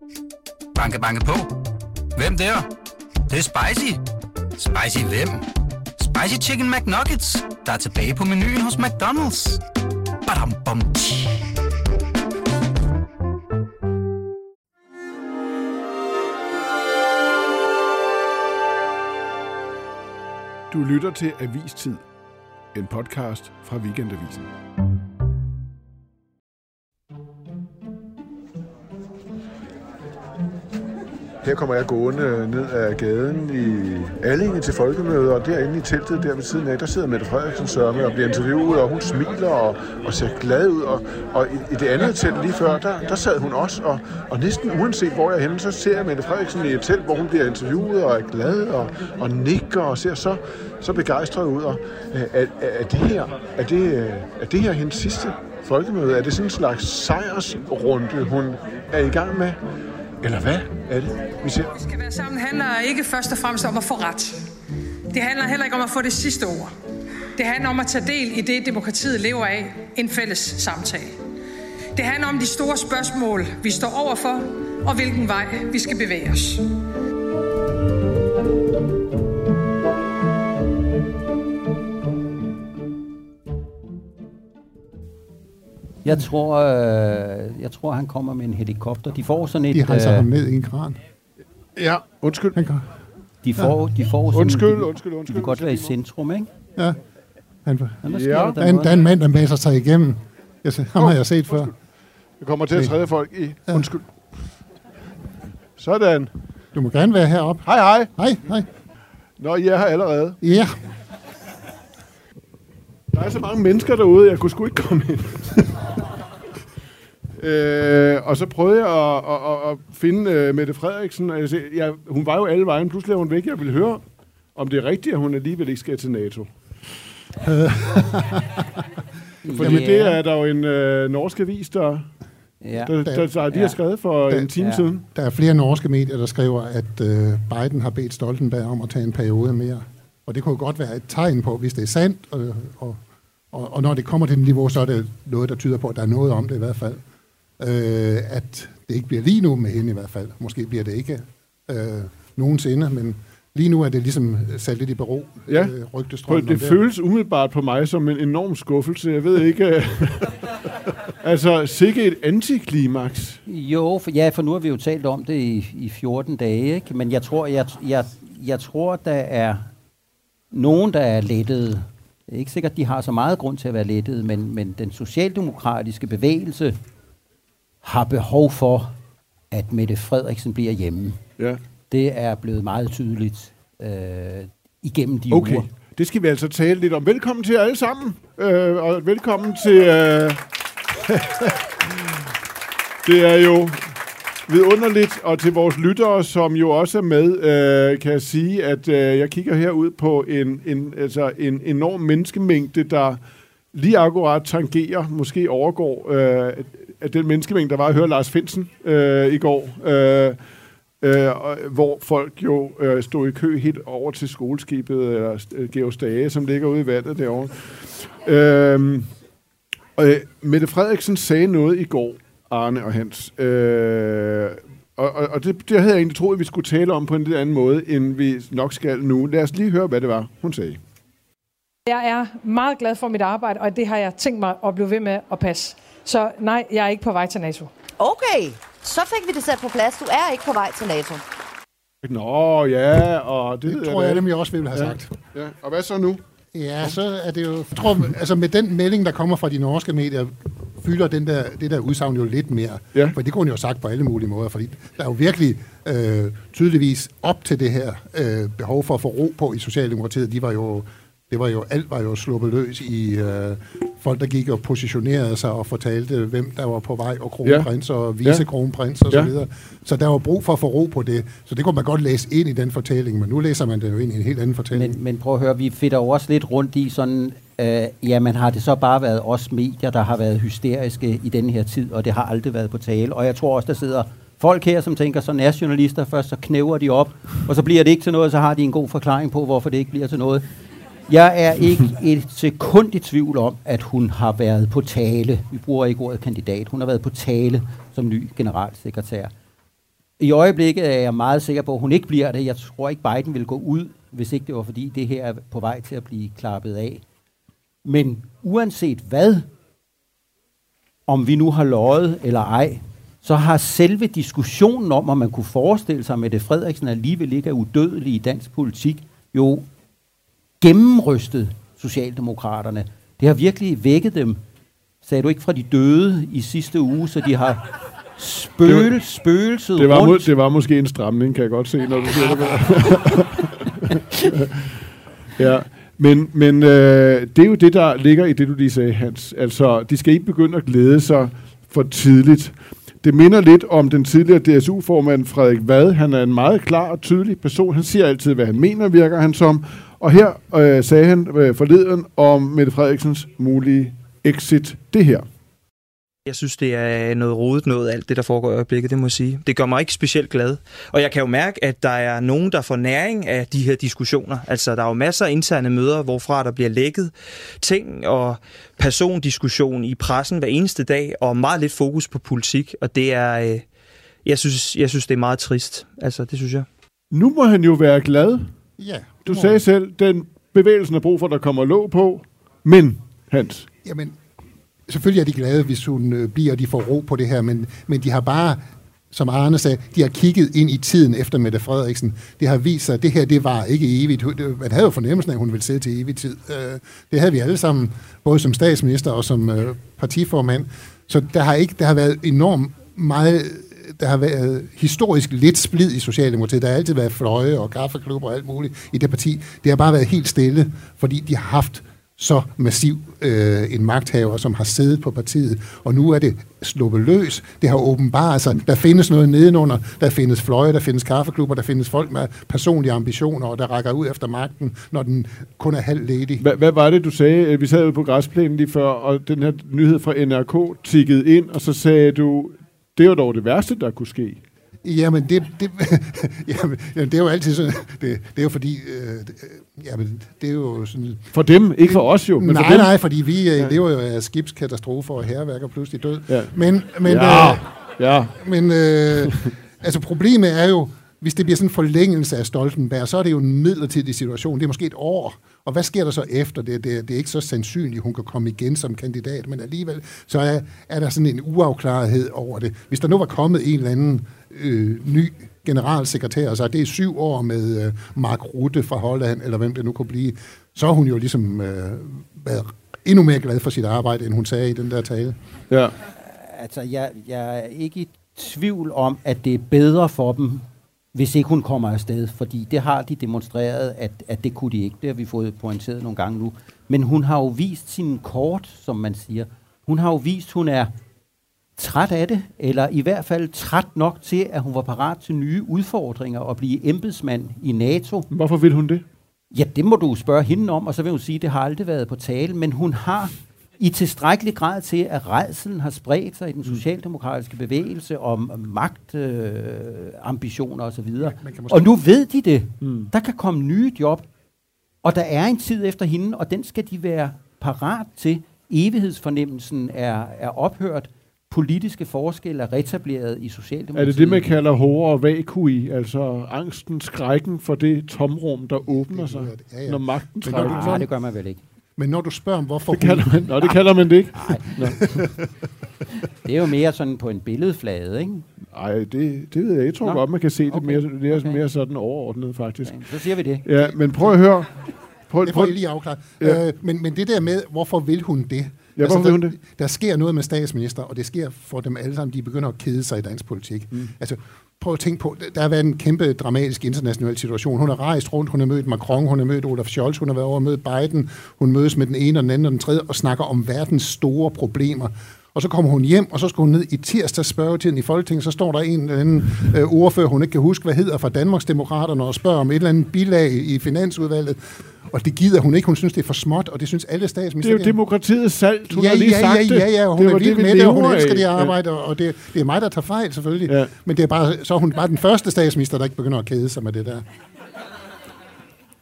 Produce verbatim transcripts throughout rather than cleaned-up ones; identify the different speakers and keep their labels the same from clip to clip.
Speaker 1: Banke, banke på. Hvem der? Det, det er spicy. Spicy hvem? Spicy Chicken McNuggets, der er tilbage på menuen hos McDonald's. Badum, bom, tji.
Speaker 2: Du lytter til Avistid, en podcast fra Weekendavisen. Her kommer jeg gående ned ad gaden i Allinge til folkemøde, og derinde i teltet der ved siden af, der sidder Mette Frederiksen sørme og bliver interviewet, og hun smiler og, og ser glad ud. Og, og i, i det andet telt lige før, der, der sad hun også, og, og næsten uanset hvor jeg er henne, så ser jeg Mette Frederiksen i et telt, hvor hun bliver interviewet og er glad og, og nikker og ser så, så begejstret ud. Og, er, er, det her, er, det, er det her hendes sidste folkemøde? Er det sådan en slags sejrsrunde, hun er i gang med? Eller hvad er det, vi ser?
Speaker 3: Vi skal være sammen handler ikke først og fremmest om at få ret. Det handler heller ikke om at få det sidste ord. Det handler om at tage del i det, demokratiet lever af, en fælles samtale. Det handler om de store spørgsmål, vi står overfor, og hvilken vej vi skal bevæge os.
Speaker 4: Jeg tror, øh, jeg tror, han kommer med en helikopter. De får sådan et...
Speaker 5: De hejser
Speaker 4: øh,
Speaker 5: ham ned i en kran.
Speaker 2: Ja, undskyld.
Speaker 4: De får, ja. de får sådan...
Speaker 2: Undskyld,
Speaker 4: de,
Speaker 2: undskyld, undskyld.
Speaker 4: De vil godt være i centrum, ikke?
Speaker 5: Ja. Han,
Speaker 4: ja. Der,
Speaker 5: der, der, der er en mand, der masser sig igennem. Jeg, ham oh, har jeg set undskyld. før.
Speaker 2: Jeg kommer til at træde folk i. Ja. Undskyld. Sådan.
Speaker 5: Du må gerne være heroppe.
Speaker 2: Hej, hej.
Speaker 5: Hej, hej.
Speaker 2: Nå, I er her allerede.
Speaker 5: Ja.
Speaker 2: Der er så mange mennesker derude, jeg kunne sgu ikke komme ind. øh, og så prøvede jeg at, at, at finde uh, Mette Frederiksen, og jeg sagde, jeg, hun var jo alle vejen, pludselig er hun væk. Jeg ville høre, om det er rigtigt, at hun alligevel ikke skal til NATO. Fordi yeah. det er der jo en øh, norsk avis, der,
Speaker 4: ja.
Speaker 2: der, der, der, der de ja. har skrevet for der, en time ja. siden.
Speaker 5: Der er flere norske medier, der skriver, at øh, Biden har bedt Stoltenberg om at tage en periode mere. Og det kunne godt være et tegn på, hvis det er sandt, og, og, og, og når det kommer til den niveau, så er det noget, der tyder på, at der er noget om det i hvert fald. Øh, at det ikke bliver lige nu med hende i hvert fald. Måske bliver det ikke øh, nogensinde, men lige nu er det ligesom sat lidt i bero.
Speaker 2: Ja,
Speaker 5: øh, rygtestrømmen.
Speaker 2: det føles umiddelbart på mig som en enorm skuffelse. Jeg ved ikke... altså, sikke et antiklimaks.
Speaker 4: Jo, for, ja, for nu har vi jo talt om det i, i fjorten dage, ikke? Men jeg tror, jeg, jeg, jeg tror, der er nogen, der er lettede. Det er ikke sikkert, de har så meget grund til at være lettede, men, men den socialdemokratiske bevægelse har behov for, at Mette Frederiksen bliver hjemme.
Speaker 2: Ja. Det
Speaker 4: er blevet meget tydeligt øh, igennem de
Speaker 2: okay.
Speaker 4: uger.
Speaker 2: Det skal vi altså tale lidt om. Velkommen til alle sammen, øh, og velkommen til... Øh, det er jo vidunderligt, og til vores lyttere, som jo også er med, øh, kan jeg sige, at øh, jeg kigger herud på en, en, altså en enorm menneskemængde, der lige akkurat tangerer, måske overgår, øh, at den menneskemængde, der var at høre Lars Findsen øh, i går, øh, øh, hvor folk jo øh, stod i kø helt over til skoleskibet, eller øh, Georg Stage, som ligger ude i vandet derovre. Øh, og, øh, Mette Frederiksen sagde noget i går, Arne og Hans. Øh, og og, og det, det havde jeg egentlig troet, at vi skulle tale om på en lidt anden måde, end vi nok skal nu. Lad os lige høre, hvad det var, hun sagde.
Speaker 3: Jeg er meget glad for mit arbejde, og det har jeg tænkt mig at blive ved med at passe. Så nej, jeg er ikke på vej til NATO.
Speaker 6: Okay, så fik vi det sat på plads. Du er ikke på vej til NATO.
Speaker 2: Nå ja, og det,
Speaker 5: det tror jeg, jeg nemlig også ville have
Speaker 2: ja.
Speaker 5: sagt.
Speaker 2: Ja. Og hvad så nu?
Speaker 5: Ja, så er det jo... Jeg tror, altså med den melding, der kommer fra de norske medier, fylder den der, det der udsagn jo lidt mere.
Speaker 2: Ja.
Speaker 5: For det kunne hun jo sagt på alle mulige måder, fordi der er jo virkelig øh, tydeligvis op til det her øh, behov for at få ro på i Socialdemokratiet. De var jo... Det var jo, alt var jo sluppet løs i øh, folk, der gik og positionerede sig og fortalte, hvem der var på vej, og kronprins ja. og vicekronprins og ja. så videre. Så der var brug for at få ro på det. Så det kunne man godt læse ind i den fortælling, men nu læser man det jo ind i en helt anden fortælling.
Speaker 4: Men, men prøv at høre, vi finder jo også lidt rundt i sådan, øh, jamen har det så bare været os medier, der har været hysteriske i den her tid, og det har aldrig været på tale. Og jeg tror også, der sidder folk her, som tænker, så er journalister først, så knæver de op, og så bliver det ikke til noget, så har de en god forklaring på, hvorfor det ikke bliver til noget. Jeg er ikke et sekund i tvivl om, at hun har været på tale. Vi bruger ikke ordet kandidat. Hun har været på tale som ny generalsekretær. I øjeblikket er jeg meget sikker på, at hun ikke bliver det. Jeg tror ikke, Biden vil gå ud, hvis ikke det var fordi, det her er på vej til at blive klappet af. Men uanset hvad, om vi nu har løjet eller ej, så har selve diskussionen om, om man kunne forestille sig, at Mette Frederiksen alligevel ikke er udødelig i dansk politik, jo gennemrystet Socialdemokraterne. Det har virkelig vækket dem, sagde du ikke, fra de døde i sidste uge, så de har spøgel, spøgelset
Speaker 2: det var,
Speaker 4: rundt.
Speaker 2: Må, det var måske en stramning, kan jeg godt se, når du siger det. Ja, men, men øh, det er jo det, der ligger i det, du lige sagde, Hans. Altså, de skal ikke begynde at glæde sig for tidligt. Det minder lidt om den tidligere D S U-formand Frederik Vad. Han er en meget klar og tydelig person. Han siger altid, hvad han mener, virker han som. Og her øh, sagde han øh, forleden om Mette Frederiksens mulige exit, det her.
Speaker 7: Jeg synes, det er noget rodet noget, alt det, der foregår i øjeblikket, det må jeg sige. Det gør mig ikke specielt glad. Og jeg kan jo mærke, at der er nogen, der får næring af de her diskussioner. Altså, der er jo masser af interne møder, hvorfra der bliver lækket ting og persondiskussion i pressen hver eneste dag, og meget lidt fokus på politik. Og det er, øh, jeg synes, jeg synes, det er meget trist. Altså, det synes jeg.
Speaker 2: Nu må han jo være glad.
Speaker 5: Ja.
Speaker 2: Du sagde selv, den bevægelsen er brug for, der kommer låg på. Men, Hans...
Speaker 5: Jamen, selvfølgelig er de glade, hvis hun øh, bliver, og de får ro på det her, men, men de har bare, som Arne sagde, de har kigget ind i tiden efter Mette Frederiksen. Det har vist sig, at det her, det var ikke evigt. Man havde jo fornemmelsen af, at hun ville sidde til evig tid. Øh, det havde vi alle sammen, både som statsminister og som øh, partiformand. Så der har, ikke, der har været enormt meget... Der har været historisk lidt splid i Socialdemokratiet. Der har altid været fløje og kaffeklubber og alt muligt i det parti. Det har bare været helt stille, fordi de har haft så massiv øh, en magthaver, som har siddet på partiet, og nu er det sluppet løs. Det har åbenbart, altså, der findes noget nedenunder, der findes fløje, der findes kaffeklubber, der findes folk med personlige ambitioner, og der rækker ud efter magten, når den kun er halv ledig.
Speaker 2: Hvad, hvad var det, du sagde? Vi sad på græsplænen lige før, og den her nyhed fra N R K tikkede ind, og så sagde du, det var dog det værste, der kunne ske.
Speaker 5: Jamen, det, det, jamen, det er jo altid sådan, det, det er jo fordi, øh, jamen, det er jo sådan...
Speaker 2: For dem, ikke for os jo, men
Speaker 5: nej,
Speaker 2: for dem.
Speaker 5: Nej, fordi vi ja. lever jo af skibskatastrofer og hærværk og pludselig død.
Speaker 2: Ja.
Speaker 5: Men, men,
Speaker 2: ja.
Speaker 5: Øh,
Speaker 2: ja.
Speaker 5: men øh, altså problemet er jo, hvis det bliver sådan en forlængelse af Stoltenberg, så er det jo en midlertidig situation. Det er måske et år. Og hvad sker der så efter det? Det, det er ikke så sandsynligt, at hun kan komme igen som kandidat, men alligevel så er, er der sådan en uafklarethed over det. Hvis der nu var kommet en eller anden øh, ny generalsekretær, så det er syv år med øh, Mark Rutte fra Holland, eller hvem det nu kunne blive, så har hun jo ligesom øh, været endnu mere glad for sit arbejde, end hun sagde i den der tale.
Speaker 2: Ja.
Speaker 4: Altså, jeg, jeg er ikke i tvivl om, at det er bedre for dem, hvis ikke hun kommer afsted, fordi det har de demonstreret, at, at det kunne de ikke. Det har vi fået pointeret nogle gange nu. Men hun har jo vist sin kort, som man siger. Hun har jo vist, hun er træt af det, eller i hvert fald træt nok til, at hun var parat til nye udfordringer og blive embedsmand i NATO.
Speaker 2: Hvorfor vil hun det?
Speaker 4: Ja, det må du spørge hende om, og så vil hun sige, at det har aldrig været på tale, men hun har i tilstrækkelig grad til, at rædslen har spredt sig i den socialdemokratiske bevægelse om magtambitioner øh, osv. Og nu ved de det. Mm. Der kan komme nye job, og der er en tid efter hende, og den skal de være parat til. Evighedsfornemmelsen er, er ophørt. Politiske forskelle er retableret i Socialdemokratiet.
Speaker 2: Er det det, man kalder horror vacui, altså angsten, skrækken for det tomrum, der åbner sig, ja, ja. Når magten trækker?
Speaker 4: Nej, det gør man vel ikke.
Speaker 5: Men når du spørger om, hvorfor
Speaker 2: det kalder man, Nå, det kalder man det ikke.
Speaker 4: Nej. Det er jo mere sådan på en billedflade, ikke? Nej,
Speaker 2: det, det ved jeg. Jeg tror Nå. godt, man kan se det okay. mere, mere, okay. mere sådan overordnet, faktisk.
Speaker 4: Okay. Så siger vi det.
Speaker 2: Ja, men prøv at høre.
Speaker 5: Prøv, det får jeg lige afklare. Ja. Øh, men, men det der med, hvorfor vil hun det?
Speaker 2: Ja, altså,
Speaker 5: der,
Speaker 2: vil hun det?
Speaker 5: Der sker noget med statsminister, og det sker for dem alle sammen. De begynder at kede sig i dansk politik. Mm. Altså, prøv at tænke på, der har været en kæmpe dramatisk international situation. Hun har rejst rundt, hun har mødt Macron, hun har mødt Olaf Scholz, hun har været over at møde Biden, hun mødes med den ene og den anden og den tredje, og snakker om verdens store problemer. Og så kommer hun hjem, og så skal hun ned i tirsdags spørgetiden i Folketinget, så står der en eller anden øh, ordfører, hun ikke kan huske, hvad hedder, fra Danmarksdemokraterne, og spørger om et eller andet bilag i Finansudvalget. Og det gider hun ikke. Hun synes, det er for småt, og det synes alle statsminister.
Speaker 2: Det er jo demokratiets salt. Hun
Speaker 5: ja,
Speaker 2: har lige
Speaker 5: ja,
Speaker 2: sagt
Speaker 5: ja, ja, ja, hun
Speaker 2: det.
Speaker 5: er vild med det, og hun elsker det arbejde,
Speaker 2: ja.
Speaker 5: og det, det er mig, der tager fejl, selvfølgelig.
Speaker 2: Ja.
Speaker 5: Men det er bare, så er hun bare den første statsminister, der ikke begynder at kede sig med det der.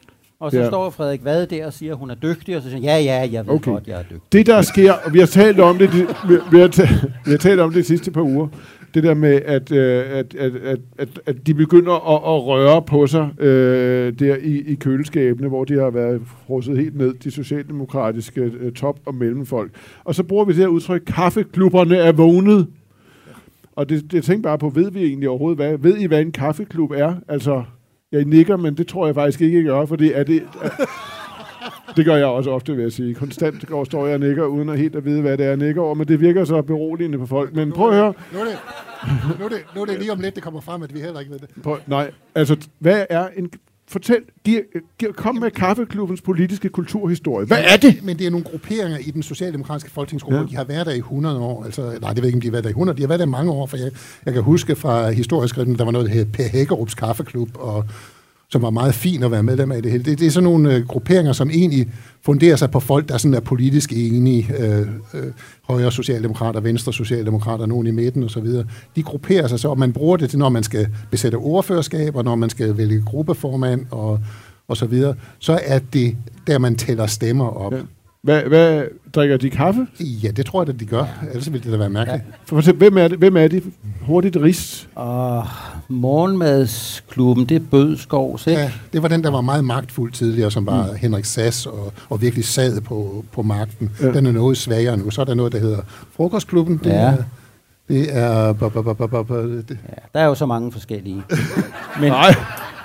Speaker 4: Og så
Speaker 2: Ja.
Speaker 4: står Frederik Vad der og siger, at hun er dygtig, og så siger han, ja, ja, jeg ved
Speaker 2: Okay.
Speaker 4: godt, jeg er dygtig.
Speaker 2: Det, der sker, og vi har talt om det, de, vi, vi, har ta- vi har talt om det de sidste par uger, det der med, at, øh, at, at, at, at, at de begynder at, at røre på sig øh, der i, i køleskabene, hvor de har været frosset helt ned, de socialdemokratiske øh, top- og mellemfolk. Og så bruger vi det her udtryk, kaffeklubberne er vågnet. Og det, det jeg tænker bare på, ved vi egentlig overhovedet, hvad, ved I, hvad en kaffeklub er? Altså, jeg nikker, men det tror jeg faktisk ikke, jeg gør, fordi er det... Er, det gør jeg også ofte, vil jeg sige. Konstant går, står jeg og nikker, uden at helt at vide, hvad det er, jeg nikker over, men det virker så beroligende på folk. Men prøv at høre.
Speaker 5: Nu er det, nu er det, nu er det lige om lidt, det kommer frem, at vi heller ikke ved det.
Speaker 2: Prøv, nej, altså, hvad er en... Fortæl, giv, giv, kom med kaffeklubbens politiske kulturhistorie. Hvad er det?
Speaker 5: Men det er nogle grupperinger i den socialdemokratiske folketingsgruppe.
Speaker 2: Ja.
Speaker 5: De har været der i hundrede år. Altså, nej, det ved jeg ikke, om de har været der i hundrede. De har været der i mange år, for jeg, jeg kan huske fra historieskriften, der var noget, der hed Per Hækkerups Kaffeklub, og som var meget fint at være medlem af det hele. Det, det er sådan nogle øh, grupperinger, som egentlig funderer sig på folk, der sådan er politisk enige. Øh, øh, højre socialdemokrater, venstre socialdemokrater, nogen i midten osv. De grupperer sig så, og man bruger det til, når man skal besætte ordførerskaber, når man skal vælge gruppeformand og, og så videre. Så er det der, man tæller stemmer op.
Speaker 2: Ja. Hvad, hvad, drikker de kaffe?
Speaker 5: Ja, det tror jeg, at de gør. Ellers ville det da være mærkeligt. Ja.
Speaker 2: For fortæl, hvem er det? Hvem er de? Hurtigt ris.
Speaker 4: Og morgenmadsklubben, det er Bødskovs, ikke?
Speaker 5: Ja, det var den, der var meget magtfuld tidligere, som var mm. Henrik Sass, og, og virkelig sad på, på magten. Ja. Den er noget svagere nu. Så er der noget, der hedder Frokostklubben. Det
Speaker 4: Ja.
Speaker 5: er... Det er... Bu, bu, bu, bu, bu, bu, det.
Speaker 4: Ja, der er jo så mange forskellige. Men,
Speaker 2: Nej.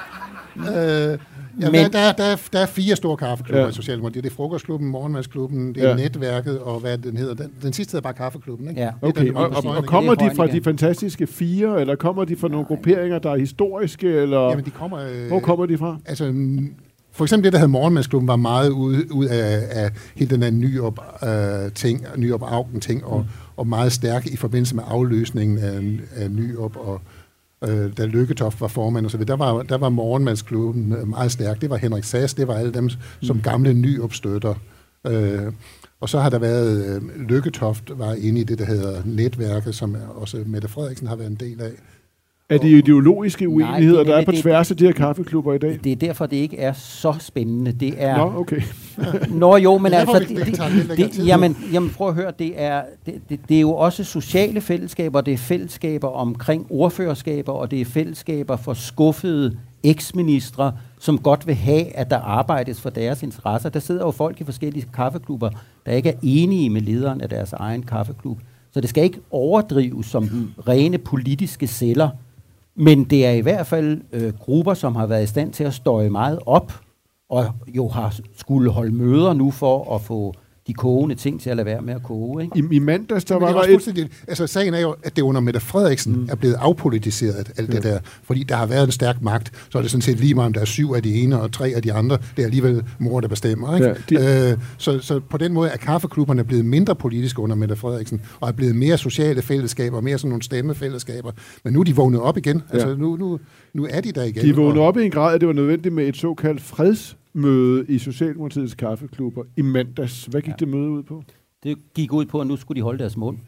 Speaker 5: Øh, ja,
Speaker 4: Men-
Speaker 5: der, der, der, er, der er fire store kaffeklubber
Speaker 2: Ja.
Speaker 5: i Socialdemokratiet. Det er Frokostklubben, Morgenmadsklubben, det
Speaker 2: Ja.
Speaker 5: er Netværket, og hvad den hedder. Den, den sidste hedder bare Kaffeklubben, ikke?
Speaker 4: Ja.
Speaker 5: Det er
Speaker 2: Okay,
Speaker 5: den,
Speaker 2: og,
Speaker 5: der-
Speaker 2: og, og
Speaker 4: det er
Speaker 2: kommer de fra
Speaker 4: Krøniker.
Speaker 2: de fantastiske fire, eller kommer de fra nogle grupperinger, der er historiske, eller
Speaker 5: Jamen, de kommer... Øh,
Speaker 2: hvor kommer de fra?
Speaker 5: Altså, mm, for eksempel det, der hedder Morgenmadsklubben, var meget ude ud af, af hele den her Nyrup-ting, øh, Nyrup-Augen-ting, og, mm. og meget stærk i forbindelse med afløsningen af, af Nyrup, og øh, da Lykketoft var formand og så videre. Der var, der var Morgenmadsklubben øh, meget stærk. Det var Henrik Sass, det var alle dem, som gamle Nyrup-støtter. Øh, og så har der været øh, Lykketoft var inde i det, der hedder Netværket, som er også Mette Frederiksen har været en del af.
Speaker 2: Er det ideologiske uenigheder,
Speaker 4: det er
Speaker 2: der er på
Speaker 4: det-
Speaker 2: tværs af de her kaffeklubber i dag?
Speaker 4: det er derfor, det ikke er så spændende. Det er...
Speaker 2: Nå, okay.
Speaker 4: Nå jo, men
Speaker 5: Det er derfor,
Speaker 4: altså,
Speaker 5: vi-
Speaker 4: det,
Speaker 5: det tager lidt længere
Speaker 4: det,
Speaker 5: tid.
Speaker 4: det, jamen, jamen prøv at høre, det er, det, det, det er jo også sociale fællesskaber, det er fællesskaber omkring ordførerskaber, og det er fællesskaber for skuffede eksministre, som godt vil have, at der arbejdes for deres interesser. Der sidder jo folk i forskellige kaffeklubber, der ikke er enige med lederen af deres egen kaffeklub. Så det skal ikke overdrives som rene politiske celler, men det er i hvert fald øh, grupper, som har været i stand til at støje meget op, og jo har skulle holde møder nu for at få de kogende ting til at lade være med at koge. Ikke?
Speaker 2: I, i mandags, der
Speaker 5: Men
Speaker 2: var
Speaker 5: det er
Speaker 2: der
Speaker 5: også
Speaker 2: et...
Speaker 5: fuldstændig... Altså, sagen er jo, at det under Mette Frederiksen mm. er blevet afpolitiseret, alt det der. Fordi der har været en stærk magt, så er det sådan set lige meget, om der er syv af de ene og tre af de andre. Det er alligevel mor, der bestemmer. Ikke?
Speaker 2: Ja, de-
Speaker 5: øh, så, så på den måde er kaffeklubberne blevet mindre politiske under Mette Frederiksen, og er blevet mere sociale fællesskaber, mere sådan nogle stemmefællesskaber. Men nu er de vågnet op igen.
Speaker 2: Ja.
Speaker 5: Altså, nu, nu, nu er de der igen.
Speaker 2: De vågnede
Speaker 5: og-
Speaker 2: op i en grad, at det var nødvendigt med et såkaldt fredsmøde i Socialdemokratiets kaffeklubber i mandags. Hvad gik ja. det møde ud på?
Speaker 4: Det gik ud på, at nu skulle de holde deres mund.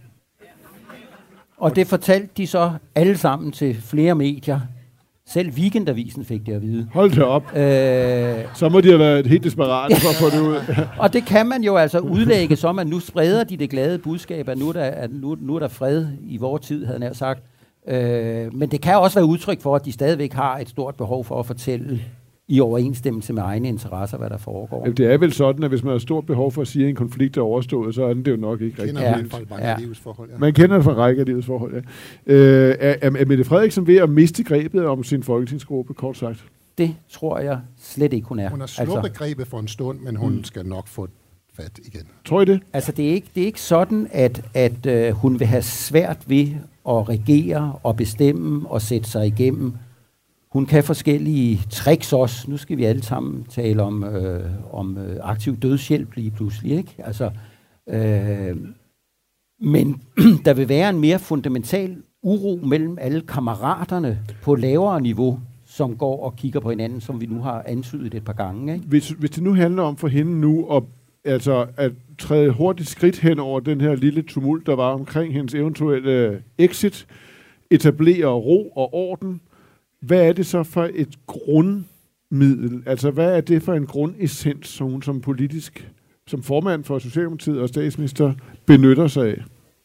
Speaker 4: Og det fortalte de så alle sammen til flere medier. Selv Weekendavisen fik det at vide.
Speaker 2: Hold det op.
Speaker 4: Øh,
Speaker 2: Så må de have været helt desperate for at få det ud.
Speaker 4: og det kan man jo altså udlægge som, at nu spreder de det glade budskab, at nu er der, at nu, nu er der fred i vores tid, havde jeg sagt. Øh, men det kan også være udtryk for, at de stadigvæk har et stort behov for at fortælle i overensstemmelse med egne interesser, hvad der foregår.
Speaker 2: Jamen, det er vel sådan, at hvis man har stort behov for at sige, at en konflikt er overstået, så er den det jo nok ikke rigtig.
Speaker 5: Kender
Speaker 4: Ja.
Speaker 5: man fra mange
Speaker 4: Ja.
Speaker 5: af livets forhold. Ja.
Speaker 2: Man kender det fra en række af livets forhold, ja. Øh, er, er Mette Frederiksen ved at miste grebet om sin folketingsgruppe, kort sagt?
Speaker 4: Det tror jeg slet ikke, hun er.
Speaker 5: Hun har sluppet grebet for en stund, men hun mm. skal nok få fat igen.
Speaker 2: Tror I det?
Speaker 4: Altså, det er ikke, det er ikke sådan, at, at øh, hun vil have svært ved at regere og bestemme og sætte sig igennem. Hun kan forskellige tricks også. Nu skal vi alle sammen tale om, øh, om øh, aktiv dødshjælp lige pludselig, ikke? Altså, øh, men der vil være en mere fundamental uro mellem alle kammeraterne på lavere niveau, som går og kigger på hinanden, som vi nu har antydet et par gange, ikke?
Speaker 2: Hvis, hvis det nu handler om for hende nu at, altså, at træde hurtigt skridt hen over den her lille tumult, der var omkring hendes eventuelle exit, etablere ro og orden, hvad er det så for et grund middel? Altså, hvad er det for en grundessens, som hun som politisk, som formand for Socialdemokratiet og statsminister, benytter sig af?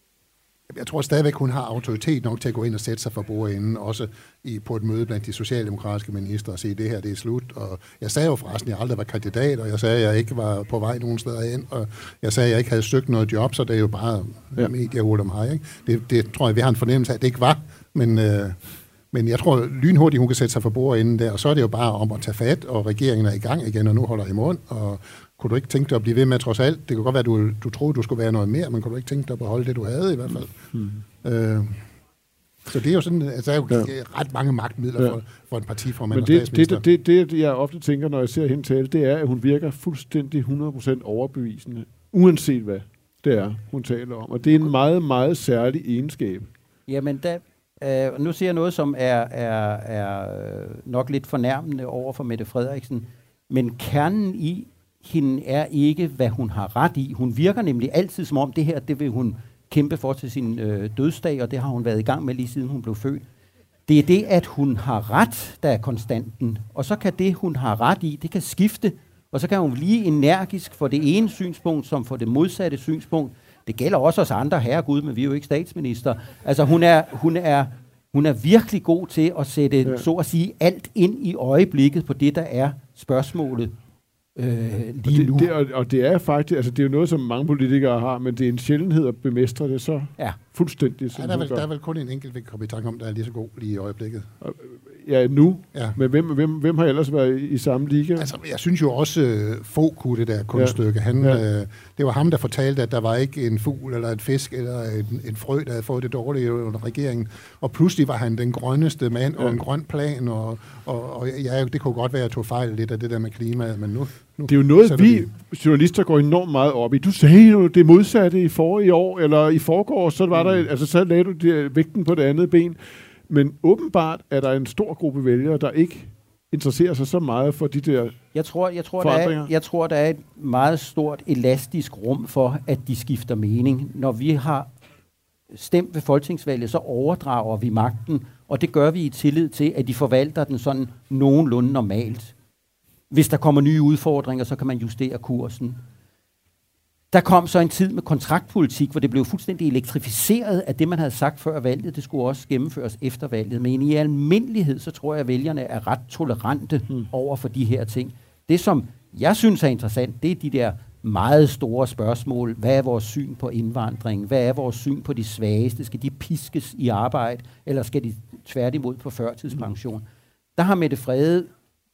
Speaker 5: Jeg tror stadigvæk, hun har autoritet nok til at gå ind og sætte sig for bordenden, også i, på et møde blandt de socialdemokratiske ministre og sige, at det her det er slut. Og jeg sagde jo forresten, at jeg aldrig var kandidat, og jeg sagde, at jeg ikke var på vej nogen steder hen, og jeg sagde, at jeg ikke havde søgt noget job, så det er jo bare ja. mediehold om mig. Ikke? Det, det tror jeg, vi har en fornemmelse af, at det ikke var, men... Øh, Men jeg tror lynhurtigt, hun kan sætte sig for bordenden der, og så er det jo bare om at tage fat, og regeringen er i gang igen, og nu holder i mund, og kunne du ikke tænke dig at blive ved med trods alt? Det kunne godt være, at du, du troede, du skulle være noget mere, men kunne du ikke tænke dig at beholde det, du havde i hvert fald? Mm. Øh, så det er jo sådan, altså der er jo ja. ret mange magtmidler ja. for, for en partiformand og statsminister.
Speaker 2: Det, det, det, jeg ofte tænker, når jeg ser hende tale, det er, at hun virker fuldstændig hundrede procent overbevisende, uanset hvad det er, hun taler om. Og det er en meget, meget særlig egenskab.
Speaker 4: Jamen, da Uh, nu siger jeg noget, som er, er, er nok lidt fornærmende over for Mette Frederiksen, men kernen i hende er ikke, hvad hun har ret i. Hun virker nemlig altid som om, det her, det vil hun kæmpe for til sin øh, dødsdag, og det har hun været i gang med lige siden hun blev født. Det er det, at hun har ret, der er konstanten, og så kan det, hun har ret i, det kan skifte, og så kan hun blive energisk for det ene synspunkt, som for det modsatte synspunkt. Det gælder også os andre, herregud, men vi er jo ikke statsminister. Altså hun er, hun er, hun er virkelig god til at sætte, ja. så at sige, alt ind i øjeblikket på det, der er spørgsmålet øh, lige
Speaker 2: og det,
Speaker 4: nu.
Speaker 2: Det, og, og det er faktisk, altså det er jo noget, som mange politikere har, men det er en sjældenhed at bemestre det så ja. fuldstændig.
Speaker 5: Ja, der, er vel, der er vel kun en enkelt, vi kan komme i tanke om, der er lige så god lige i øjeblikket.
Speaker 2: Ja, nu.
Speaker 5: Ja.
Speaker 2: Men hvem, hvem, hvem har ellers været i, i samme liga?
Speaker 5: Altså, jeg synes jo også, uh, Fogh kunne det der kunststykke. Han, ja. uh, det var ham, der fortalte, at der var ikke en fugl, eller en fisk, eller en, en frø, der havde fået det dårlige under regeringen. Og pludselig var han den grønneste mand, ja. og en grøn plan, og, og, og ja, det kunne godt være, at jeg tog fejl lidt af det der med klimaet, men nu... nu
Speaker 2: det er jo noget, vi journalister går enormt meget op i. Du sagde jo det modsatte i forrige år, eller i forgår, så var mm. der, altså så lagde du det, vægten på det andet ben. Men åbenbart er der en stor gruppe vælgere, der ikke interesserer sig så meget for de der
Speaker 4: jeg tror, jeg tror, der er, jeg tror, der er et meget stort elastisk rum for, at de skifter mening. Når vi har stemt ved folketingsvalget, så overdrager vi magten, og det gør vi i tillid til, at de forvalter den sådan nogenlunde normalt. Hvis der kommer nye udfordringer, så kan man justere kursen. Der kom så en tid med kontraktpolitik, hvor det blev fuldstændig elektrificeret, at det, man havde sagt før valget, det skulle også gennemføres efter valget. Men i almindelighed, så tror jeg, at vælgerne er ret tolerante hmm. over for de her ting. Det, som jeg synes er interessant, det er de der meget store spørgsmål. Hvad er vores syn på indvandring? Hvad er vores syn på de svageste? Skal de piskes i arbejde, eller skal de tværtimod på førtidspension? Hmm. Der har Mette Frede...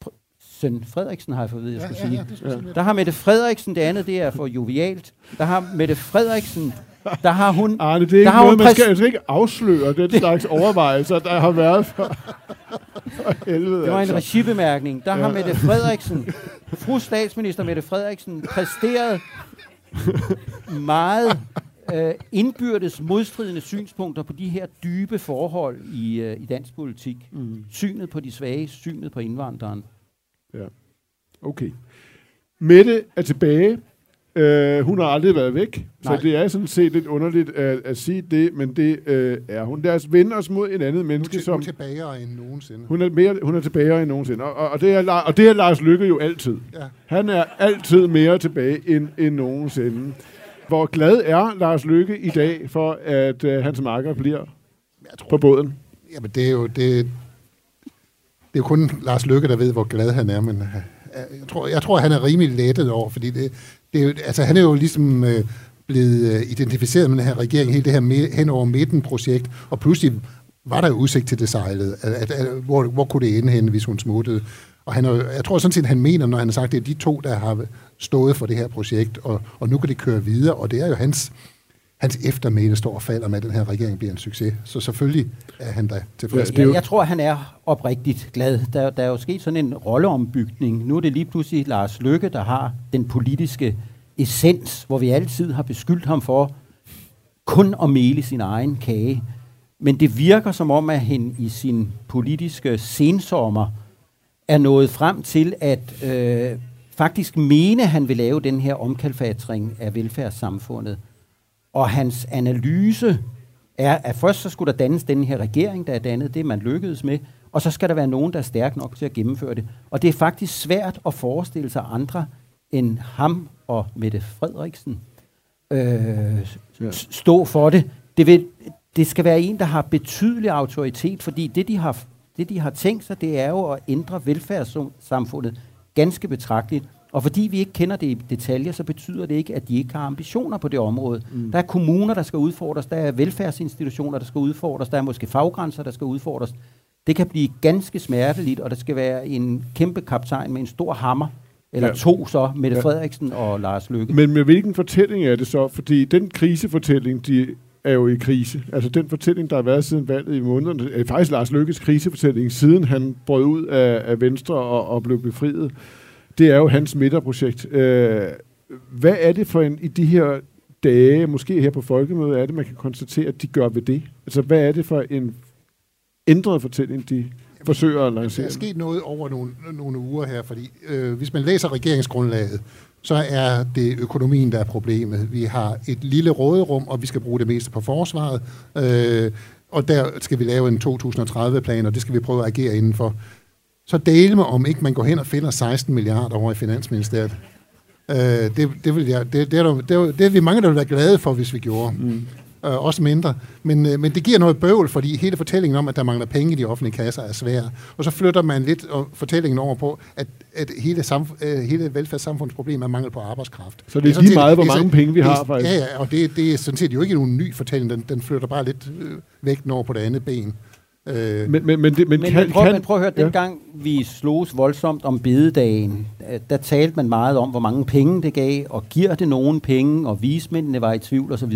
Speaker 4: Søn Frederiksen har jeg fået, jeg skulle ja, ja, sige. Ja, ja. Der har Mette Frederiksen, det andet, det er for jovialt. Der har Mette Frederiksen, der har hun...
Speaker 2: Arne, det er ikke noget, man skal, man skal ikke afsløre den slags overvejelser, der har været for, for helvede.
Speaker 4: Det var
Speaker 2: altså.
Speaker 4: en regibemærkning. Der ja. har Mette Frederiksen, fru statsminister Mette Frederiksen, præsteret meget øh, indbyrdes modstridende synspunkter på de her dybe forhold i, øh, i dansk politik. Mm. Synet på de svage, synet på indvandreren.
Speaker 2: Ja, okay. Mette er tilbage. Uh, hun har aldrig været væk, Nej. så det er sådan set lidt underligt at, at sige det, men det uh, er hun. Lad os vende os mod en anden menneske,
Speaker 5: hun
Speaker 2: som...
Speaker 5: Hun er tilbagere end nogensinde.
Speaker 2: Hun er, mere, hun er tilbagere end nogensinde, og, og, og, det er, og det er Lars Løkke jo altid. Ja. Han er altid mere tilbage end, end nogensinde. Hvor glad er Lars Løkke i dag for, at uh, hans makker bliver tror, på båden?
Speaker 5: Jamen, det er jo... Det Det er jo kun Lars Løkke, der ved, hvor glad han er, men jeg tror, jeg tror han er rimelig lettet over, fordi det, det er jo, altså, han er jo ligesom øh, blevet identificeret med den her regering, hele det her hen over midten-projekt, og pludselig var der jo udsigt til det sejlede. At, at, at, hvor, hvor kunne det ende hen, hvis hun smuttede? Og han er, jeg tror sådan set, han mener, når han har sagt, at det er de to, der har stået for det her projekt, og, og nu kan det køre videre, og det er jo hans... Hans eftermæle står og falder med, at den her regering bliver en succes. Så selvfølgelig er han da tilfreds.
Speaker 4: Jeg, jeg tror, han er oprigtigt glad. Der, der er jo sket sådan en rolleombygning. Nu er det lige pludselig Lars Løkke, der har den politiske essens, hvor vi altid har beskyldt ham for kun at mele sin egen kage. Men det virker som om, at han i sin politiske sensommer er nået frem til at øh, faktisk mene, at han vil lave den her omkalfatring af velfærdssamfundet. Og hans analyse er, at først så skulle der dannes den her regering, der er dannet, det man lykkedes med, og så skal der være nogen, der er stærk nok til at gennemføre det. Og det er faktisk svært at forestille sig andre end ham og Mette Frederiksen øh, stå for det. Det, vil, det skal være en, der har betydelig autoritet, fordi det, de har, det, de har tænkt sig, det er jo at ændre velfærdssamfundet ganske betragteligt. Og fordi vi ikke kender det i detaljer, så betyder det ikke, at de ikke har ambitioner på det område. Mm. Der er kommuner, der skal udfordres, der er velfærdsinstitutioner, der skal udfordres, der er måske faggrænser, der skal udfordres. Det kan blive ganske smerteligt, og der skal være en kæmpe kaptajn med en stor hammer, eller ja. to så, Mette ja. Frederiksen og Lars Løkke.
Speaker 2: Men med hvilken fortælling er det så? Fordi den krisefortælling, de er jo i krise. Altså den fortælling, der har været siden valget i månederne, er faktisk Lars Løkkes krisefortælling, siden han brød ud af, af Venstre og, og blev befriet. Det er jo hans midterprojekt. Øh, hvad er det for en, i de her dage, måske her på Folkemødet, er det, man kan konstatere, at de gør ved det? Altså, hvad er det for en ændret fortælling, de forsøger at lancere?
Speaker 5: Der er sket noget over nogle, nogle uger her, fordi øh, hvis man læser regeringsgrundlaget, så er det økonomien, der er problemet. Vi har et lille råderum, og vi skal bruge det meste på forsvaret. Øh, og der skal vi lave en to tusind og tredive-plan, og det skal vi prøve at agere indenfor. Så del med, om ikke man går hen og finder seksten milliarder over i Finansministeriet. Øh, det, det, vil jeg, det, det, er der, det, det er vi mange, der vil være glade for, hvis vi gjorde. Mm. Øh, også mindre. Men, øh, men det giver noget bøvl, fordi hele fortællingen om, at der mangler penge i de offentlige kasser, er svær. Og så flytter man lidt og fortællingen over på, at, at hele, samf- øh, hele velfærdssamfundets problem er mangel på arbejdskraft.
Speaker 2: Så det er, det er lige meget, hvor mange det, penge vi har, faktisk.
Speaker 5: Ja, ja, og det, det er sådan set jo ikke nogen ny fortælling. Den, den flytter bare lidt øh, vægten over på det andet ben.
Speaker 2: Øh, men, men, men, det, men,
Speaker 4: men,
Speaker 2: kan,
Speaker 4: men, prøv,
Speaker 2: kan,
Speaker 4: men prøv at høre,
Speaker 2: ja.
Speaker 4: dengang vi slogs voldsomt om bededagen, der talte man meget om, hvor mange penge det gav, og giver det nogen penge, og vismændene var i tvivl osv.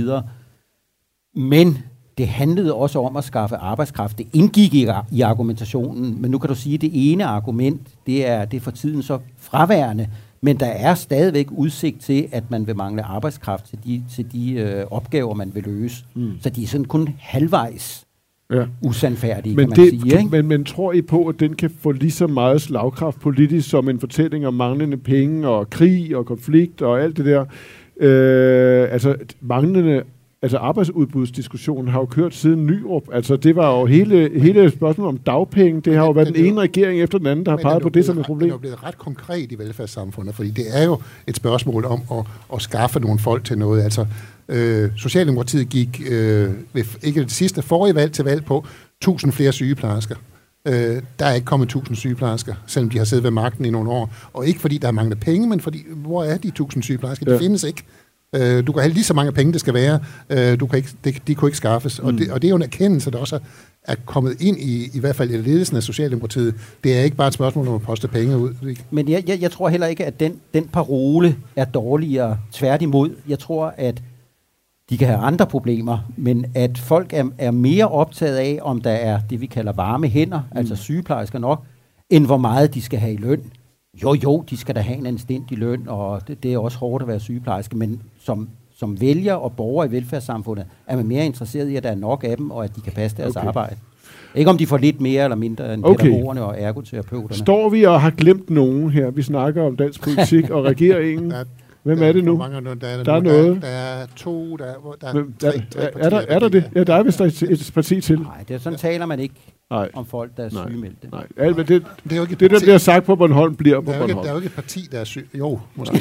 Speaker 4: Men det handlede også om at skaffe arbejdskraft. Det indgik i, i argumentationen, men nu kan du sige, at det ene argument, det er, det er for tiden så fraværende, men der er stadigvæk udsigt til, at man vil mangle arbejdskraft til de, til de øh, opgaver, man vil løse. Mm. Så de er sådan kun halvvejs ja. usandfærdige,
Speaker 2: men
Speaker 4: kan man
Speaker 2: det,
Speaker 4: sige. Ikke?
Speaker 2: Men, men tror I på, at den kan få lige så meget slagkraft politisk som en fortælling om manglende penge og krig og konflikt og alt det der? Øh, altså manglende altså arbejdsudbudsdiskussionen har jo kørt siden Nyrup. Altså det var jo hele, hele spørgsmålet om dagpenge. Det har jo været den, den ene regering efter den anden, der har peget på det som et problem.
Speaker 5: Det er jo blevet ret konkret i velfærdssamfundet, fordi det er jo et spørgsmål om at, at skaffe nogle folk til noget. Altså øh, Socialdemokratiet gik øh, ved, ikke det sidste forrige valg til valg på tusind flere sygeplejersker. Øh, der er ikke kommet tusind sygeplejersker, selvom de har siddet ved magten i nogle år. Og ikke fordi der er manglet penge, men fordi, hvor er de tusind sygeplejersker? De ja. findes ikke. Du kan have lige så mange penge, det skal være. Du kan ikke, de, de kunne ikke skaffes. Mm. Og, det, og det er jo en erkendelse, der også er kommet ind i, i hvert fald i ledelsen af Socialdemokratiet. Det er ikke bare et spørgsmål om at poste penge ud. Ikke?
Speaker 4: Men jeg, jeg, jeg tror heller ikke, at den, den parole er dårligere. Tværtimod. Jeg tror, at de kan have andre problemer, men at folk er, er mere optaget af, om der er det, vi kalder varme hænder, mm. altså sygeplejersker nok, end hvor meget de skal have i løn. Jo, jo, de skal da have en anstændig løn, og det, det er også hårdt at være sygeplejerske, men som, som vælger og borger i velfærdssamfundet, er man mere interesseret i, at der er nok af dem, og at de kan passe deres okay. arbejde. Ikke om de får lidt mere eller mindre end okay. pædagogerne og ergoterapeuterne.
Speaker 2: Står vi og har glemt nogen her? Vi snakker om dansk politik og regeringen. Hvem er det nu?
Speaker 5: Mange, der, er
Speaker 2: der er noget.
Speaker 5: Der, der er to, der, der er
Speaker 2: Hvem,
Speaker 5: tre,
Speaker 2: der,
Speaker 5: tre
Speaker 2: er, der, er der det? Ja, der er vist et, et parti til.
Speaker 4: Nej, det er sådan taler man ikke
Speaker 2: Nej.
Speaker 4: om folk, der er
Speaker 2: Nej.
Speaker 4: sygemeldte.
Speaker 2: Nej, Alt, det, det, det, er jo ikke det der bliver sagt på Bornholm, bliver på
Speaker 5: der
Speaker 2: Bornholm.
Speaker 5: Ikke, der er jo ikke et parti, der er syg. Jo, måske.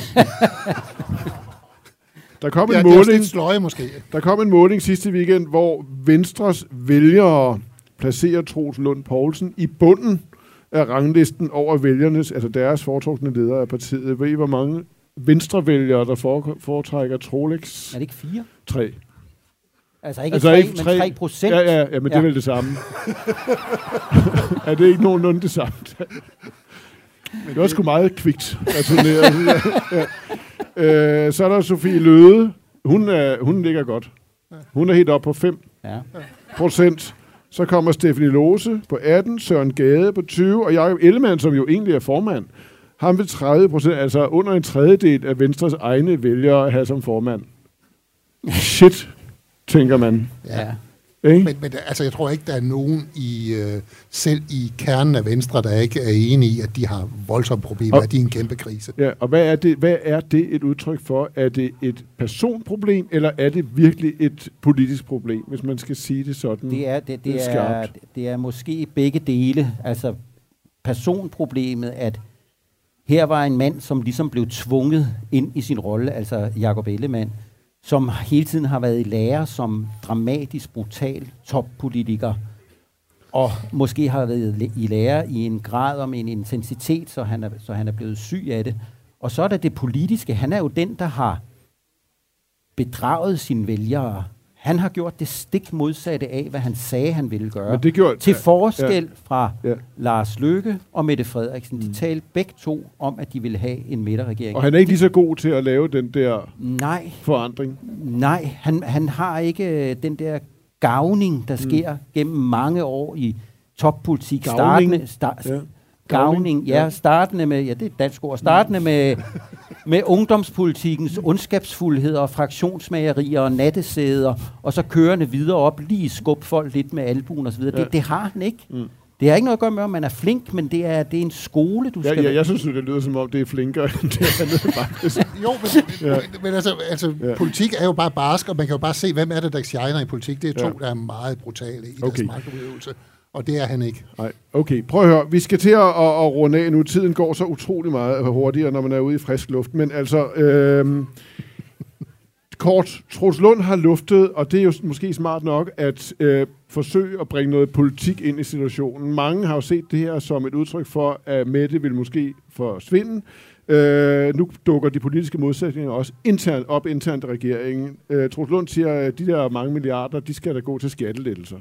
Speaker 2: Der kom en
Speaker 5: ja,
Speaker 2: måling,
Speaker 5: sløje, måske.
Speaker 2: Der kom en måling sidste weekend, hvor Venstres vælgere placerer Troels Lund Poulsen i bunden af ranglisten over vælgernes, altså deres foretrukne ledere af partiet. Ved I, hvor mange venstrevælgere, der foretrækker Trolex?
Speaker 4: Er det ikke fire?
Speaker 2: Tre.
Speaker 4: Altså ikke altså tre, ikke tre, men tre procent?
Speaker 2: Ja, ja, ja, men ja. Det er vel det samme. Er det ikke nogenlunde det samme? Det var sgu meget kvikt. Altså, ja, ja. Øh, så er der Sofie Løde. Hun, er, hun ligger godt. Hun er helt oppe på fem
Speaker 4: ja.
Speaker 2: procent. Så kommer Stephanie Lose på atten, Søren Gade på tyve, og Jakob Ellemann, som jo egentlig er formand, ham ved tredive procent, altså under en tredjedel af Venstres egne vælgere at have som formand. Shit, tænker man.
Speaker 4: Ja.
Speaker 2: Ikke?
Speaker 5: Men, men altså, jeg tror ikke, der er nogen i, øh, selv i kernen af Venstre, der ikke er enige i, at de har voldsomme problemer, og, at de er en kæmpe krise.
Speaker 2: Ja, og hvad er, det, hvad er det et udtryk for? Er det et personproblem, eller er det virkelig et politisk problem, hvis man skal sige det sådan?
Speaker 4: Det er, det, det er, det er måske begge dele. Altså personproblemet, at her var en mand, som ligesom blev tvunget ind i sin rolle, altså Jakob Ellemann, som hele tiden har været i lære som dramatisk, brutal toppolitiker, og måske har været i lære i en grad og med en intensitet, så han, er, så han er blevet syg af det. Og så er der det politiske. Han er jo den, der har bedraget sine vælgere. Han har gjort det stik modsatte af, hvad han sagde, han ville gøre.
Speaker 2: Men det gjorde,
Speaker 4: til forskel
Speaker 2: ja,
Speaker 4: fra
Speaker 2: ja.
Speaker 4: Lars Løkke og Mette Frederiksen. De talte begge to om, at de ville have en midterregering.
Speaker 2: Og han er ikke lige så god til at lave den der
Speaker 4: nej,
Speaker 2: forandring?
Speaker 4: Nej, han, han har ikke den der gavning, der sker mm. gennem mange år i toppolitik.
Speaker 2: Gavning?
Speaker 4: Startende, sta-
Speaker 2: ja.
Speaker 4: Gavning, ja, startende med, ja, det er et dansk ord, startende med, med ungdomspolitikens ondskabsfuldhed og fraktionsmagerier og nattesæder, og så kørende videre op, lige skub folk lidt med albuen og så videre. Ja. Det, det har han ikke. Mm. Det har ikke noget at gøre med, om man er flink, men det er, det er en skole, du
Speaker 2: ja,
Speaker 4: skal...
Speaker 2: Ja, jeg synes, det lyder som om, det er flinkere end det andet, faktisk.
Speaker 5: Jo, men, ja. men, men altså, altså ja. politik er jo bare barsk, og man kan jo bare se, hvem er det, der shiner i politik. Det er to, ja. der er meget brutale i okay. deres magtudøvelse. Og det er han ikke.
Speaker 2: Nej, okay. Prøv at høre. Vi skal til at, at, at runde af nu. Tiden går så utrolig meget hurtigere, når man er ude i frisk luft. Men altså, øh, kort, Troels Lund har luftet, og det er jo måske smart nok, at øh, forsøge at bringe noget politik ind i situationen. Mange har jo set det her som et udtryk for, at Mette vil måske forsvinde. Øh, nu dukker de politiske modsætninger også internt op internt i regeringen. Øh, Troels Lund siger, at de der mange milliarder, de skal da gå til skattelettelser.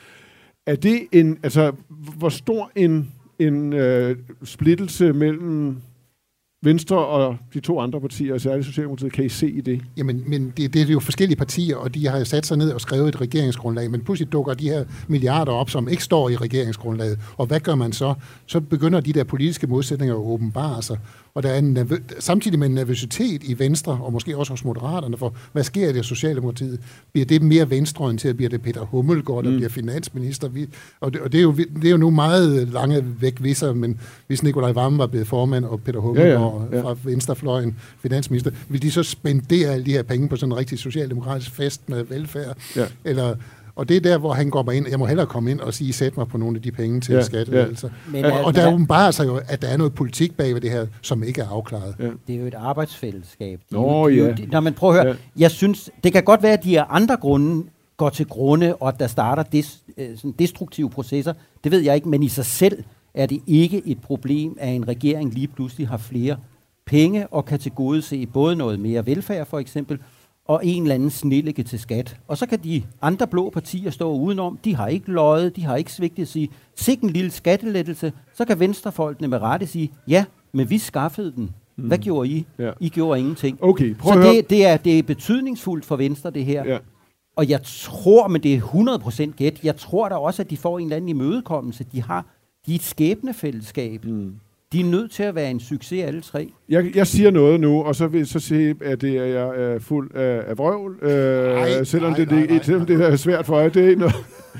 Speaker 2: Er det en, altså, hvor stor en, en øh, splittelse mellem Venstre og de to andre partier, særligt Socialdemokratiet, kan I se i det?
Speaker 5: Jamen, men det, det er jo forskellige partier, og de har jo sat sig ned og skrevet et regeringsgrundlag, men pludselig dukker de her milliarder op, som ikke står i regeringsgrundlaget. Og hvad gør man så? Så begynder de der politiske modsætninger at åbenbare sig. Og der er en nervø- samtidig med en nervøsitet i Venstre, og måske også hos Moderaterne, for hvad sker der i Socialdemokratiet? Bliver det mere venstreorienteret? Bliver det Peter Hummelgaard, der mm. bliver finansminister? Vi, og, det, og det, er jo, det er jo nu meget lange væk visser, men hvis Nikolaj Wammen var blevet formand, og Peter Hummelgaard ja, ja, ja. fra Venstrefløjen finansminister, vil de så spendere alle de her penge på sådan en rigtig socialdemokratisk fest med velfærd? Ja. Eller... Og det er der, hvor han går ind. Jeg må hellere komme ind og sige, sæt mig på nogle af de penge til ja, skattelettelser. Ja. Og, og der er åbenbart sig jo, at der er noget politik bag ved det her, som ikke er afklaret. Ja.
Speaker 4: Det er jo et arbejdsfællesskab.
Speaker 2: Nå, ja.
Speaker 4: De, når man prøver at høre, ja. jeg synes, det kan godt være, at de af andre grunde går til grunde, og at der starter des, sådan destruktive processer. Det ved jeg ikke, men i sig selv er det ikke et problem, at en regering lige pludselig har flere penge og kan tilgodese både noget mere velfærd, for eksempel, og en eller anden snillige til skat. Og så kan de andre blå partier stå udenom. De har ikke løjet, de har ikke svigtet at sige, sikke en lille skattelettelse. Så kan venstrefolkene med rette sige, ja, men vi skaffede den. Hvad mm. gjorde I? Ja. I gjorde ingenting.
Speaker 2: Okay, prøv
Speaker 4: så
Speaker 2: at
Speaker 4: det, det, er, det er betydningsfuldt for Venstre, det her. Ja. Og jeg tror, men det er hundrede procent gæt, jeg tror da også, at de får en eller anden imødekommelse. De har de er et skæbnefællesskab. Mm. De er nødt til at være en succes, alle tre. Jeg,
Speaker 2: jeg siger noget nu, og så vil jeg så sige, at det er, jeg er fuld af, af vrøvl, øh, nej, selvom, nej, det, nej, nej, selvom nej, nej. det er svært for jer. Det er noget.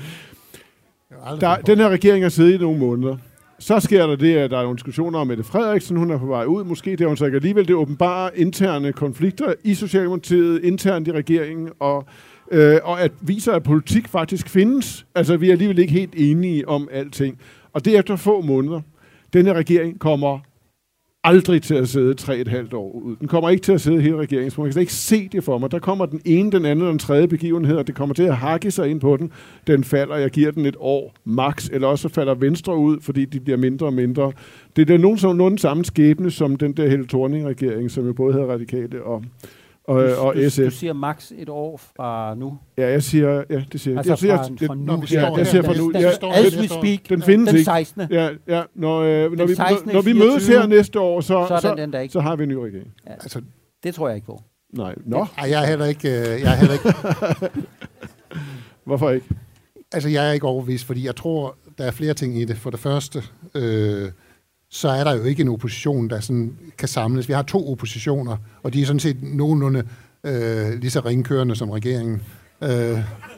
Speaker 2: Der, den her regering har siddet i nogle måneder. Så sker der det, at der er nogle diskussioner om Mette Frederiksen, hun er på vej ud. Måske det er hun så ikke alligevel. Det åbenbare interne konflikter i Socialdemokratiet, internt i regeringen, og, øh, og at viser, at politik faktisk findes. Altså, vi er alligevel ikke helt enige om alting. Og det efter få måneder. Denne regering kommer aldrig til at sidde tre et halvt år ud. Den kommer ikke til at sidde hele regeringen. Man kan ikke se det for mig. Der kommer den ene, den anden og den tredje begivenhed, og det kommer til at hakke sig ind på den. Den falder, jeg giver den et år max, eller også falder Venstre ud, fordi de bliver mindre og mindre. Det er nogen som nogen samme skæbne som den der Helle Thorning-regering, som jo både havde Radikale og Og,
Speaker 4: du,
Speaker 2: og
Speaker 4: du,
Speaker 2: S F.
Speaker 4: Du siger max et år fra nu?
Speaker 2: Ja, jeg siger... Ja, det siger
Speaker 4: altså
Speaker 2: jeg. Siger,
Speaker 4: fra,
Speaker 2: det,
Speaker 4: fra nu?
Speaker 2: Ja, jeg siger fra nu. Ja,
Speaker 4: as we speak.
Speaker 2: Den findes
Speaker 4: den
Speaker 2: ikke.
Speaker 4: sekstende.
Speaker 2: Ja, ja. Når, øh, når, vi,
Speaker 4: sekstende
Speaker 2: når vi mødes her næste år, så,
Speaker 4: så,
Speaker 2: så,
Speaker 4: den der ikke.
Speaker 2: så har vi en ny regering.
Speaker 4: Ja, altså, det tror jeg ikke på.
Speaker 2: Nej. Nå.
Speaker 5: Ej, jeg er heller ikke... Øh, jeg er heller ikke
Speaker 2: Hvorfor ikke?
Speaker 5: Altså, jeg er ikke overbevist, fordi jeg tror, der er flere ting i det. For det første... Øh, så er der jo ikke en opposition, der sådan kan samles. Vi har to oppositioner, og de er sådan set nogenlunde øh, lige så ringkørende som regeringen. Øh,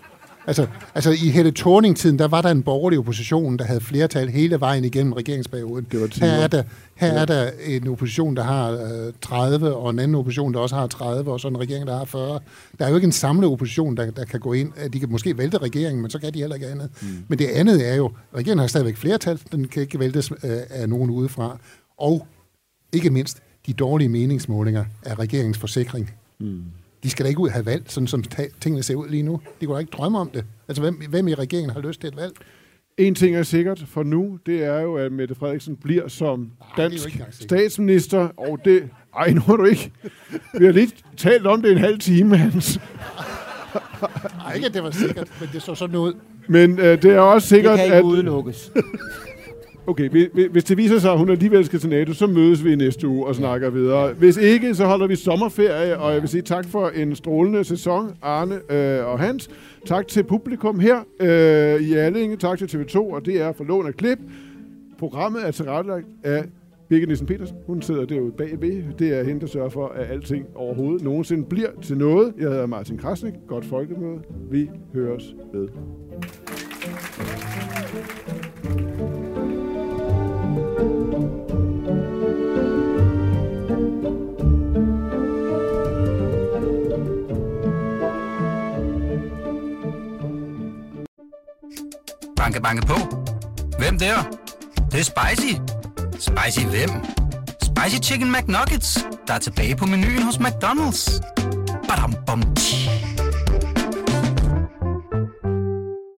Speaker 5: Altså, altså i Helle Thorning-tiden, der var der en borgerlig opposition, der havde flertal hele vejen igennem regeringsperioden.
Speaker 2: Det var
Speaker 5: her er der, her er der en opposition, der har øh, tredive, og en anden opposition, der også har tredive, og så en regering, der har fyrre. Der er jo ikke en samlet opposition, der, der kan gå ind. De kan måske vælte regeringen, men så kan de heller ikke andet. Mm. Men det andet er jo, regeringen har stadigvæk flertal, den kan ikke væltes øh, af nogen udefra. Og ikke mindst, de dårlige meningsmålinger er regeringens forsikring. Mm. De skal da ikke ud have valg, sådan som tingene ser ud lige nu. De kunne da ikke drømme om det. Altså, hvem, hvem i regeringen har lyst til et valg?
Speaker 2: En ting er sikkert for nu, det er jo, at Mette Frederiksen bliver som dansk statsminister. Og det... Ej, nu er du ikke. Vi har lige talt om det en halv time, Hans.
Speaker 5: Nej, ikke at det var sikkert, men det så sådan ud.
Speaker 2: Men øh, det er også sikkert, at...
Speaker 4: Det kan ikke udelukkes.
Speaker 2: Okay, hvis det viser sig, at hun alligevel skal til NATO, så mødes vi i næste uge og snakker videre. Hvis ikke, så holder vi sommerferie, og jeg vil sige tak for en strålende sæson, Arne øh, og Hans. Tak til publikum her øh, i Allinge. Tak til T V to og D R for lån af klip. Programmet er tilrettelagt af Birgit Nielsen Petersen. Hun sidder derude bagved. Det er hende, der sørger for, at alting overhovedet nogensinde bliver til noget. Jeg hedder Martin Krasnik. Godt folkemøde. Vi høres ved.
Speaker 1: Banke, banke på. Hvem der? Det, det er spicy. Spicy hvem? Spicy Chicken McNuggets, der er tilbage på menuen hos McDonald's. Badum, bom, tji.